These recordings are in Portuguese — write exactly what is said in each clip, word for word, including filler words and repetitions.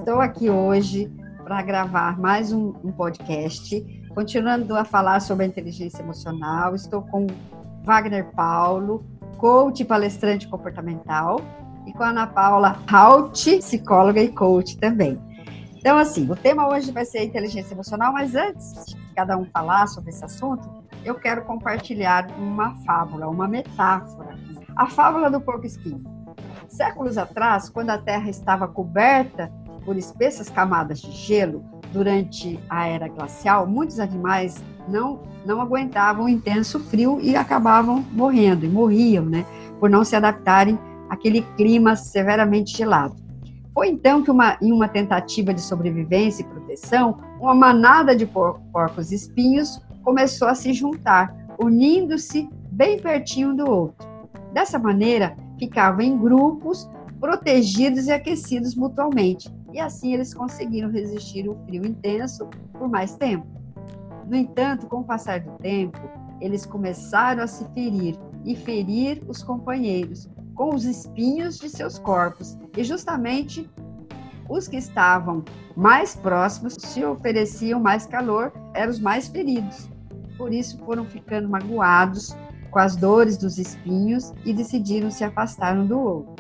Estou aqui hoje para gravar mais um, um podcast, continuando a falar sobre a inteligência emocional. Estou com Wagner Paulo, coach e palestrante comportamental, e com a Ana Paula Haut, psicóloga e coach também. Então, assim, o tema hoje vai ser inteligência emocional, mas antes de cada um falar sobre esse assunto, eu quero compartilhar uma fábula, uma metáfora. A fábula do porco-espinho. Séculos atrás, quando a Terra estava coberta por espessas camadas de gelo, durante a era glacial, muitos animais não, não aguentavam o intenso frio e acabavam morrendo, e morriam, né, por não se adaptarem àquele clima severamente gelado. Foi então que, uma, em uma tentativa de sobrevivência e proteção, uma manada de por, porcos-espinhos começou a se juntar, unindo-se bem pertinho do outro. Dessa maneira, ficavam em grupos, protegidos e aquecidos mutuamente, e assim eles conseguiram resistir ao frio intenso por mais tempo. No entanto, com o passar do tempo, eles começaram a se ferir e ferir os companheiros com os espinhos de seus corpos, e justamente os que estavam mais próximos, se ofereciam mais calor, eram os mais feridos. Por isso foram ficando magoados com as dores dos espinhos e decidiram se afastar um do outro.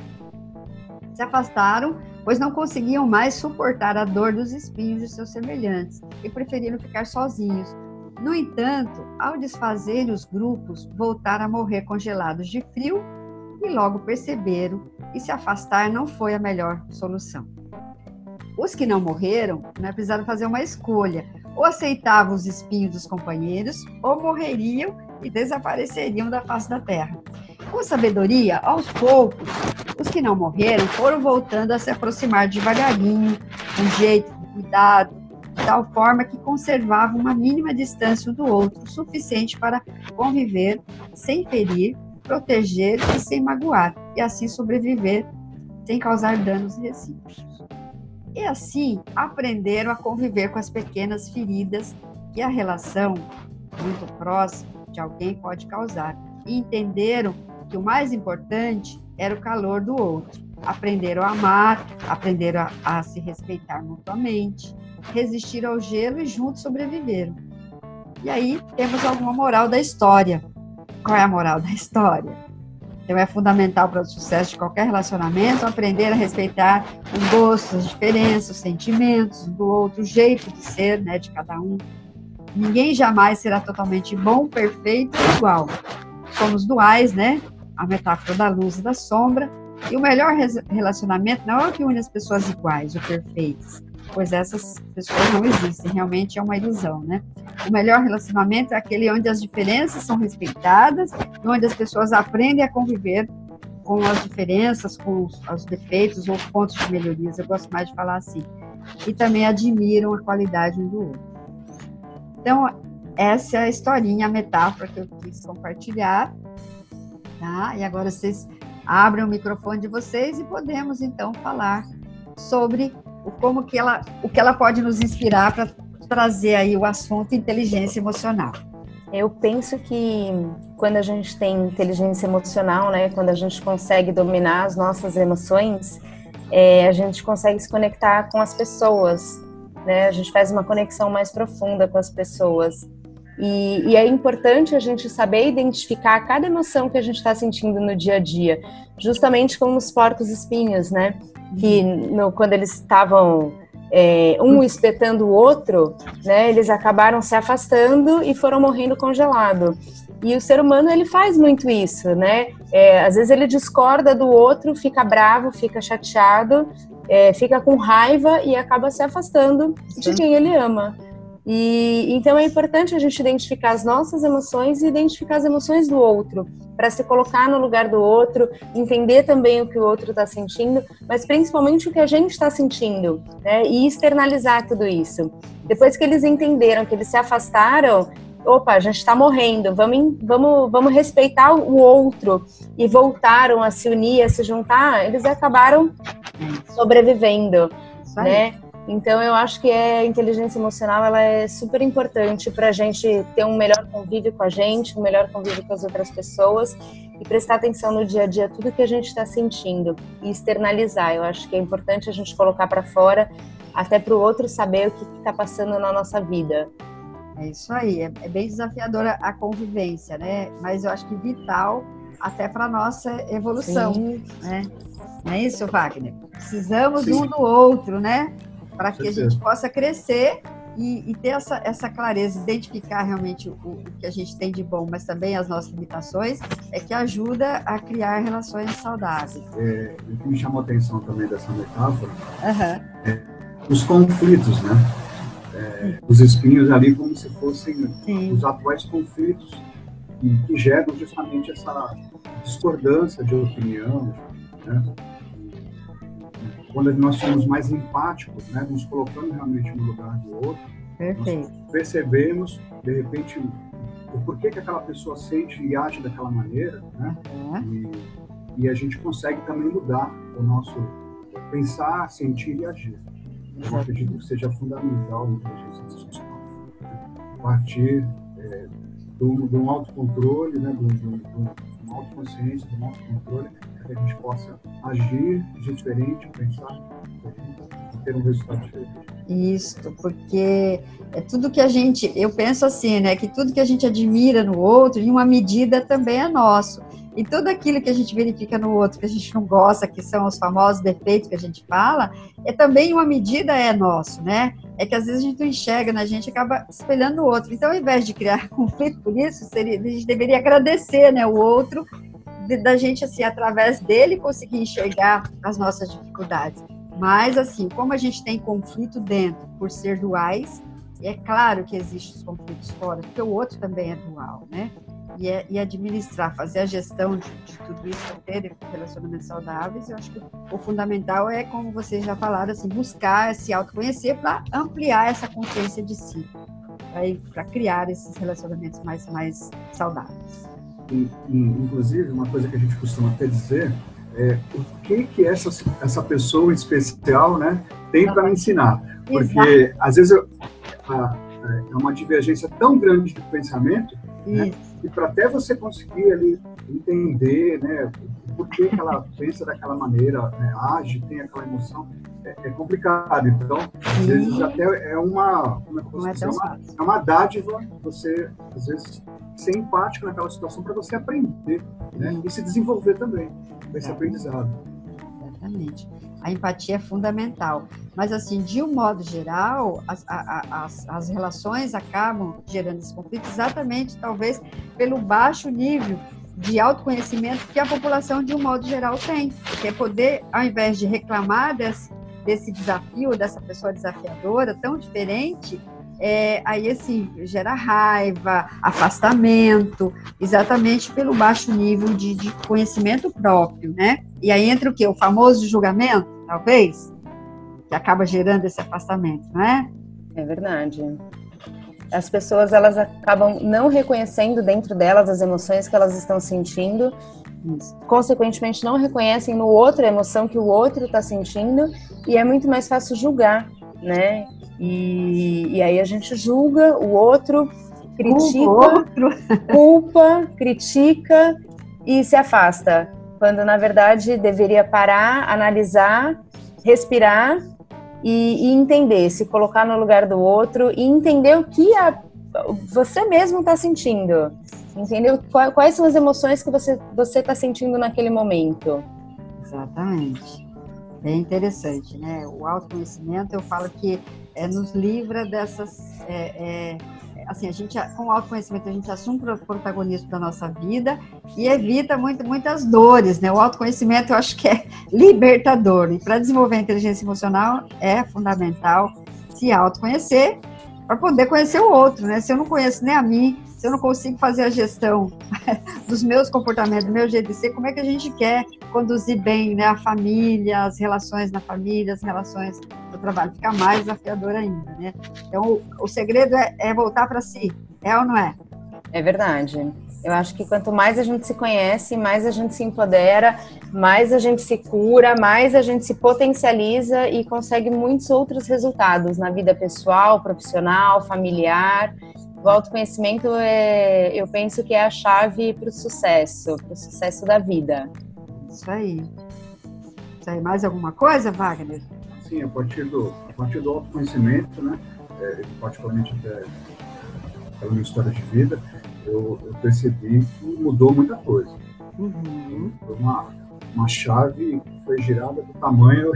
Se afastaram, pois não conseguiam mais suportar a dor dos espinhos de seus semelhantes e preferiram ficar sozinhos. No entanto, ao desfazerem os grupos, voltaram a morrer congelados de frio e logo perceberam que se afastar não foi a melhor solução. Os que não morreram, né, precisaram fazer uma escolha: ou aceitavam os espinhos dos companheiros, ou morreriam e desapareceriam da face da terra. Com sabedoria, aos poucos, os que não morreram foram voltando a se aproximar devagarinho, com jeito, com cuidado, de tal forma que conservavam uma mínima distância um do outro, suficiente para conviver sem ferir, proteger e sem magoar, e assim sobreviver sem causar danos recíprocos. E assim aprenderam a conviver com as pequenas feridas que a relação muito próxima de alguém pode causar, e entenderam que o mais importante era o calor do outro. Aprenderam a amar, aprenderam a, a se respeitar mutuamente, resistir ao gelo e juntos sobreviveram. E aí temos alguma moral da história. Qual é a moral da história? Então é fundamental para o sucesso de qualquer relacionamento aprender a respeitar os gostos, as diferenças, os sentimentos do outro, o jeito de ser, né, de cada um. Ninguém jamais será totalmente bom, perfeito ou igual. Somos duais, né? A metáfora da luz e da sombra. E o melhor relacionamento não é o que une as pessoas iguais ou perfeitas, pois essas pessoas não existem, realmente é uma ilusão, né? O melhor relacionamento é aquele onde as diferenças são respeitadas, onde as pessoas aprendem a conviver com as diferenças, com os, os defeitos ou pontos de melhorias. Eu gosto mais de falar assim. E também admiram a qualidade um do outro. Então, essa é a historinha, a metáfora que eu quis compartilhar, tá? E agora vocês abrem o microfone de vocês e podemos, então, falar sobre o, como que ela, o que ela pode nos inspirar para trazer aí o assunto inteligência emocional. Eu penso que quando a gente tem inteligência emocional, né, quando a gente consegue dominar as nossas emoções, é, a gente consegue se conectar com as pessoas, né? A gente faz uma conexão mais profunda com as pessoas. E, e é importante a gente saber identificar cada emoção que a gente está sentindo no dia a dia, justamente como os porcos-espinhos, né? Que no, quando eles estavam é, um espetando o outro, né? Eles acabaram se afastando e foram morrendo congelado. E o ser humano, ele faz muito isso, né? É, às vezes ele discorda do outro, fica bravo, fica chateado, é, fica com raiva e acaba se afastando de quem ele ama. E então é importante a gente identificar as nossas emoções e identificar as emoções do outro, para se colocar no lugar do outro, entender também o que o outro está sentindo, mas principalmente o que a gente está sentindo, né? E externalizar tudo isso. Depois que eles entenderam que eles se afastaram, opa, a gente está morrendo, vamos, vamos, vamos respeitar o outro, e voltaram a se unir, a se juntar, eles acabaram sobrevivendo, né? Então, eu acho que a inteligência emocional, ela é super importante para a gente ter um melhor convívio com a gente, um melhor convívio com as outras pessoas e prestar atenção no dia a dia, tudo que a gente está sentindo e externalizar. Eu acho que é importante a gente colocar para fora, até para o outro saber o que está passando na nossa vida. É isso aí, é, é bem desafiadora a convivência, né? Mas eu acho que vital até para a nossa evolução, Sim. né? Não é isso, Wagner? Precisamos Sim. um do outro, né? Para que a gente possa crescer e, e ter essa, essa clareza, identificar realmente o, o que a gente tem de bom, mas também as nossas limitações, é que ajuda a criar relações saudáveis. É, o que me chamou a atenção também dessa metáfora uhum. é os conflitos, né? É, os espinhos ali como se fossem Sim. os atuais conflitos que, que geram justamente essa discordância de opinião, né? Quando nós somos mais empáticos, né, nos colocando realmente no lugar do outro, Perfeito. nós percebemos, de repente, o porquê que aquela pessoa sente e age daquela maneira, né? Uhum. E, e a gente consegue também mudar o nosso pensar, sentir e agir. Eu acredito que seja fundamental a inteligência social. A partir é, do, do autocontrole, né, do, do, do, de uma autoconsciência, de um autocontrole, para que a gente possa agir diferente, pensar diferente e ter um resultado diferente. Isso, porque é tudo que a gente, eu penso assim, né, que tudo que a gente admira no outro, em uma medida também é nosso. E tudo aquilo que a gente verifica no outro, que a gente não gosta, que são os famosos defeitos que a gente fala, é também uma medida é nosso, né? É que às vezes a gente não enxerga na gente, acaba espelhando o outro. Então, ao invés de criar conflito por isso, seria, a gente deveria agradecer, né, o outro, de, da gente, assim, através dele, conseguir enxergar as nossas dificuldades. Mas, assim, como a gente tem conflito dentro, por ser duais, é claro que existem os conflitos fora, porque o outro também é dual, né? E, é, e administrar, fazer a gestão de, de tudo isso, ter relacionamentos saudáveis, eu acho que o fundamental é, como vocês já falaram, assim, buscar se autoconhecer para ampliar essa consciência de si, para criar esses relacionamentos mais, mais saudáveis. E, e, inclusive, uma coisa que a gente costuma até dizer é o que, que essa, essa pessoa especial, né, tem para me ensinar. Porque, Exato. às vezes, eu, a, é uma divergência tão grande de pensamento, né, e para até você conseguir ali entender, né, por que ela pensa daquela maneira, né, age, tem aquela emoção, é, é complicado. Então, às Sim. vezes até é uma, como é, que eu posso dizer, é, uma, é uma dádiva você, às vezes, ser empático naquela situação para você aprender, né, e se desenvolver também com esse aprendizado. Exatamente. A empatia é fundamental. Mas, assim, de um modo geral, as, a, as, as relações acabam gerando esse conflito exatamente, talvez, pelo baixo nível de autoconhecimento que a população, de um modo geral, tem. Que é poder, ao invés de reclamar desse, desse desafio, dessa pessoa desafiadora, tão diferente, é, aí, assim, gera raiva, afastamento, exatamente pelo baixo nível de, de conhecimento próprio, né? E aí entra o quê? O famoso julgamento, talvez, que acaba gerando esse afastamento, não é? É verdade. As pessoas, elas acabam não reconhecendo dentro delas as emoções que elas estão sentindo, Isso. consequentemente não reconhecem no outro a emoção que o outro está sentindo, e é muito mais fácil julgar, né? E, e aí a gente julga o outro, critica, o outro. culpa, critica e se afasta. Quando, na verdade, deveria parar, analisar, respirar e, e entender, se colocar no lugar do outro e entender o que a, você mesmo está sentindo. Entender quais são as emoções que você você está sentindo naquele momento. Exatamente. Bem interessante, né? O autoconhecimento, eu falo que é, nos livra dessas... É, é, assim, a gente, com o autoconhecimento, a gente assume o protagonismo da nossa vida e evita muito, muitas dores, né? O autoconhecimento, eu acho que é libertador. E para desenvolver a inteligência emocional, é fundamental se autoconhecer para poder conhecer o outro, né? Se eu não conheço nem a mim, se eu não consigo fazer a gestão dos meus comportamentos, do meu jeito de ser, como é que a gente quer conduzir bem, né, a família, as relações na família, as relações no trabalho? Fica mais desafiador ainda, né? Então, o, o segredo é, é voltar para si, é ou não é? É verdade. Eu acho que quanto mais a gente se conhece, mais a gente se empodera, mais a gente se cura, mais a gente se potencializa e consegue muitos outros resultados na vida pessoal, profissional, familiar. O autoconhecimento, é, eu penso que é a chave para o sucesso, para o sucesso da vida. Isso aí. Isso aí. Mais alguma coisa, Wagner? Sim, a partir do, a partir do autoconhecimento, né, é, particularmente até pela minha história de vida, eu, eu percebi que mudou muita coisa. Uhum. Foi uma, uma chave que foi girada do tamanho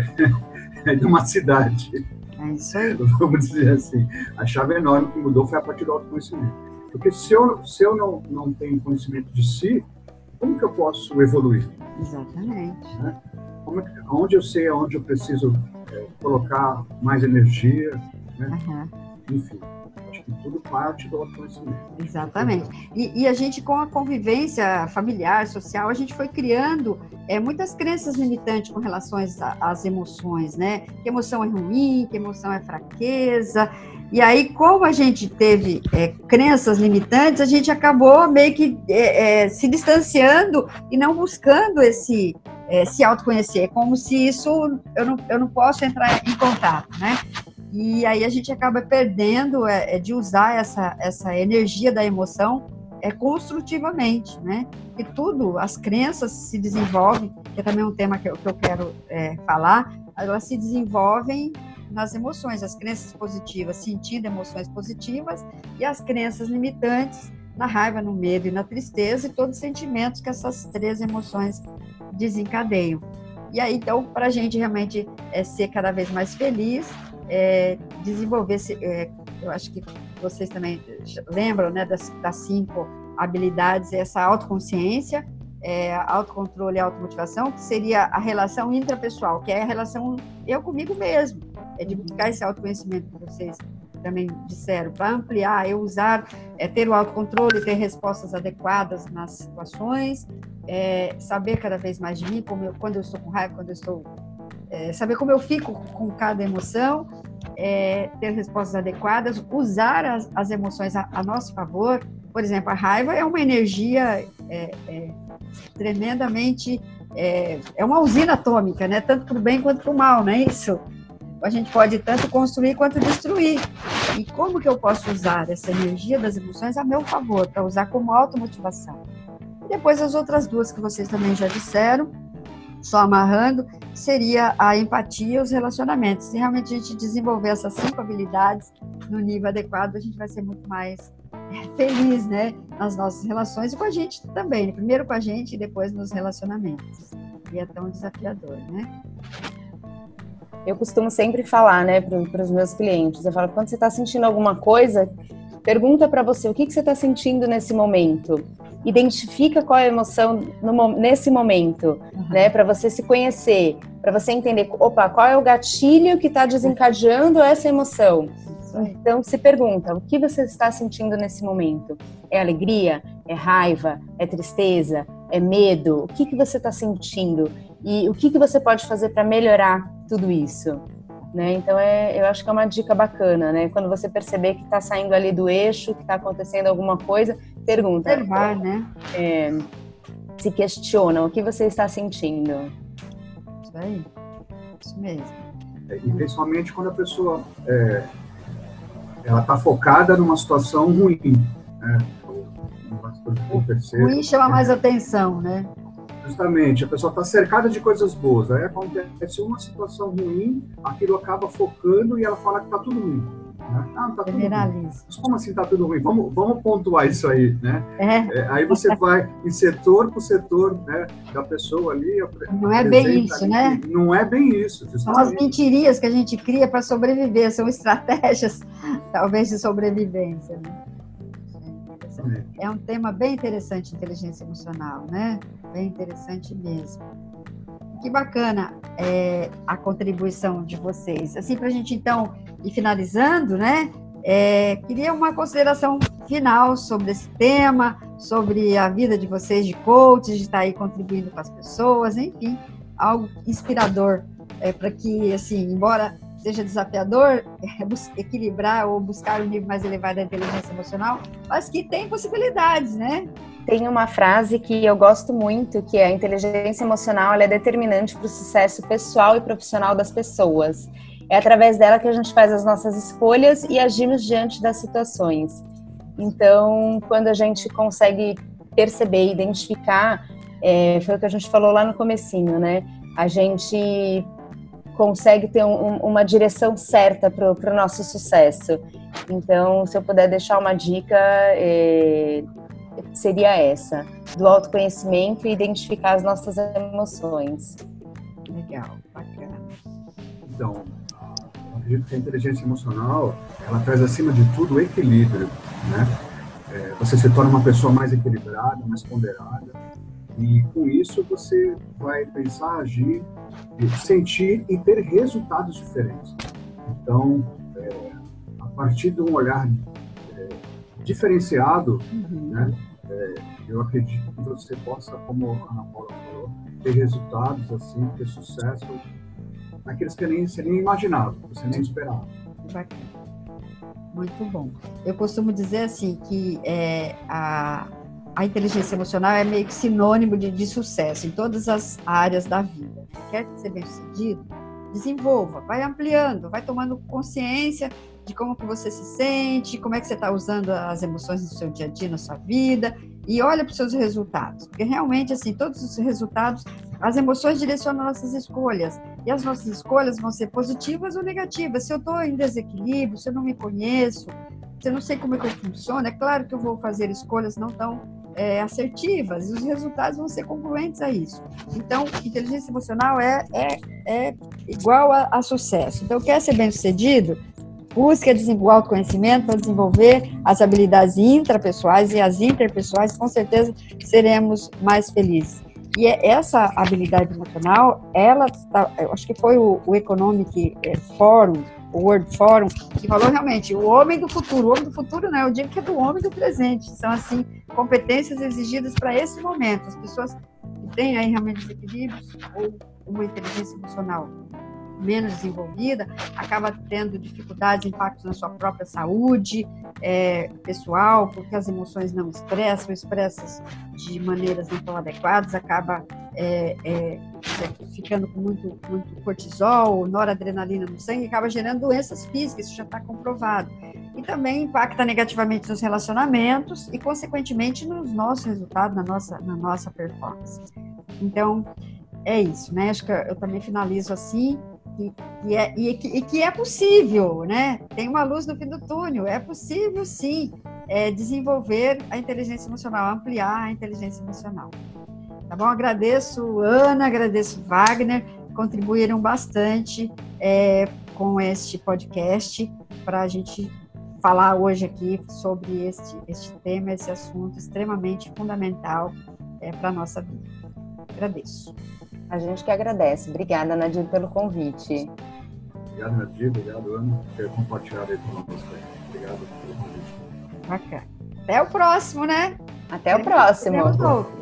de uma cidade. É isso aí. Vamos dizer assim. A chave enorme que mudou foi a partir do autoconhecimento. Porque se eu, se eu não, não tenho conhecimento de si, como que eu posso evoluir? Exatamente. Né? Como é que, onde eu sei aonde eu preciso é, colocar mais energia, né? Uhum. Enfim, acho que tudo parte do autoconhecimento. Exatamente. E, e a gente, com a convivência familiar, social, a gente foi criando é, muitas crenças limitantes com relação às emoções, né? Que emoção é ruim, que emoção é fraqueza. E aí, como a gente teve é, crenças limitantes, a gente acabou meio que é, é, se distanciando e não buscando esse, é, se autoconhecer, como se isso eu não, eu não posso entrar em contato, né? E aí a gente acaba perdendo é, de usar essa, essa energia da emoção é, construtivamente, né? E tudo, as crenças se desenvolvem, que é também um tema que eu, que eu quero é, falar, elas se desenvolvem nas emoções, as crenças positivas, sentindo emoções positivas, e as crenças limitantes, na raiva, no medo e na tristeza, e todos os sentimentos que essas três emoções desencadeiam. E aí, então, para a gente realmente é, ser cada vez mais feliz, é, desenvolver, é, eu acho que vocês também lembram, né, das, das cinco habilidades, essa autoconsciência, é, autocontrole e automotivação, que seria a relação intrapessoal, que é a relação eu comigo mesmo, é de buscar esse autoconhecimento que vocês também disseram, para ampliar, eu usar, é, ter o autocontrole, ter respostas adequadas nas situações, é, saber cada vez mais de mim, como eu, quando eu estou com raiva, quando eu estou... É, saber como eu fico com cada emoção, é, ter respostas adequadas, usar as, as emoções a, a nosso favor. Por exemplo, a raiva é uma energia é, é, tremendamente... É, é uma usina atômica, né? Tanto para o bem quanto para o mal, não é isso? A gente pode tanto construir quanto destruir. E como que eu posso usar essa energia das emoções a meu favor, para usar como automotivação? E depois as outras duas que vocês também já disseram, só amarrando, seria a empatia e os relacionamentos. Se realmente a gente desenvolver essas cinco habilidades no nível adequado, a gente vai ser muito mais feliz, né, nas nossas relações e com a gente também, né? Primeiro com a gente e depois nos relacionamentos. E é tão desafiador, né? Eu costumo sempre falar, né, para os meus clientes, eu falo, quando você está sentindo alguma coisa, pergunta para você, o que, que você está sentindo nesse momento? Identifica qual é a emoção no, nesse momento, uhum. né, para você se conhecer, para você entender, opa, qual é o gatilho que está desencadeando essa emoção? Então, se pergunta, o que você está sentindo nesse momento? É alegria? É raiva? É tristeza? É medo? O que, que você está sentindo? E o que, que você pode fazer para melhorar tudo isso? Né? Então, é, eu acho que é uma dica bacana, né? Quando você perceber que está saindo ali do eixo, que está acontecendo alguma coisa, pergunta. Observar, né? É, se questiona, o que você está sentindo? Isso aí, isso mesmo. E principalmente quando a pessoa é, ela está focada numa situação ruim, né? O ruim chama mais atenção, né? Justamente, a pessoa está cercada de coisas boas, aí acontece uma situação ruim, aquilo acaba focando e ela fala que está tudo ruim. Né? Ah, não tá tudo ruim. Mas como assim está tudo ruim? Vamos, vamos pontuar isso aí, né? É. É, aí você vai em setor por setor, né, da pessoa ali. Não é bem isso, ali, né? Não é bem isso. Justamente. São as mentirinhas que a gente cria para sobreviver, são estratégias, talvez, de sobrevivência, né? É um tema bem interessante, inteligência emocional, né? Bem interessante mesmo. Que bacana é, a contribuição de vocês. Assim, para a gente, então, ir finalizando, né? É, queria uma consideração final sobre esse tema, sobre a vida de vocês de coaches, de estar aí contribuindo com as pessoas, enfim, algo inspirador é, para que, assim, embora seja desafiador, é, equilibrar ou buscar um nível mais elevado da inteligência emocional, mas que tem possibilidades, né? Tem uma frase que eu gosto muito, que é a inteligência emocional ela é determinante para o sucesso pessoal e profissional das pessoas. É através dela que a gente faz as nossas escolhas e agimos diante das situações. Então, quando a gente consegue perceber, identificar, é, foi o que a gente falou lá no comecinho, né? A gente consegue ter um, uma direção certa para o nosso sucesso. Então, se eu puder deixar uma dica, é, seria essa, do autoconhecimento e identificar as nossas emoções. Legal, bacana. Então, eu acredito que a inteligência emocional, ela traz acima de tudo o equilíbrio, né? É, você se torna uma pessoa mais equilibrada, mais ponderada, e com isso você vai pensar, agir, sentir e ter resultados diferentes. Então, é, a partir de um olhar é, diferenciado, uhum. né, é, eu acredito que você possa, como a Ana Paula falou, ter resultados assim, ter sucesso naqueles que nem seriam imagináveis, você nem esperava. Bacana. Muito bom. Eu costumo dizer assim que é, a, a inteligência emocional é meio que sinônimo de, de sucesso em todas as áreas da vida. Quer ser bem-sucedido? Desenvolva, vai ampliando, vai tomando consciência de como que você se sente, como é que você está usando as emoções no seu dia a dia, na sua vida, e olha para os seus resultados. Porque realmente, assim, todos os resultados, as emoções direcionam nossas escolhas. E as nossas escolhas vão ser positivas ou negativas. Se eu estou em desequilíbrio, se eu não me conheço, se eu não sei como é que eu funciono, é claro que eu vou fazer escolhas não tão é, assertivas, e os resultados vão ser congruentes a isso. Então, inteligência emocional é, é, é igual a, a sucesso. Então, quer ser bem-sucedido? Busque o autoconhecimento para desenvolver as habilidades intrapessoais e as interpessoais, com certeza seremos mais felizes. E essa habilidade emocional, ela tá, eu acho que foi o, o Economic Forum, o World Forum, que falou realmente, o homem do futuro, o homem do futuro não, eu digo que é do homem do presente, são assim, competências exigidas para esse momento, as pessoas que têm aí realmente desequilíbrios ou uma inteligência emocional menos desenvolvida, acaba tendo dificuldades, impactos na sua própria saúde é, pessoal, porque as emoções não expressam, expressas de maneiras não tão adequadas, acaba é, é, ficando com muito, muito cortisol, noradrenalina no sangue, acaba gerando doenças físicas, isso já está comprovado. E também impacta negativamente nos relacionamentos e, consequentemente, nos nossos resultados, na nossa, na nossa performance. Então, é isso, né? Acho que eu também finalizo assim, e, e, é, e, e que é possível, né? Tem uma luz no fim do túnel, é possível sim é, desenvolver a inteligência emocional, ampliar a inteligência emocional. Tá bom? Agradeço Ana, agradeço Wagner, contribuíram bastante é, com este podcast para a gente falar hoje aqui sobre este, este tema, esse assunto extremamente fundamental é, para a nossa vida. Agradeço. A gente que agradece. Obrigada, Nadir, pelo convite. Obrigado, Nadir. Obrigado, Ana, por ter compartilhado aí conosco. Obrigado pelo convite. Bacana. Até o próximo, né? Até o próximo. Até o próximo.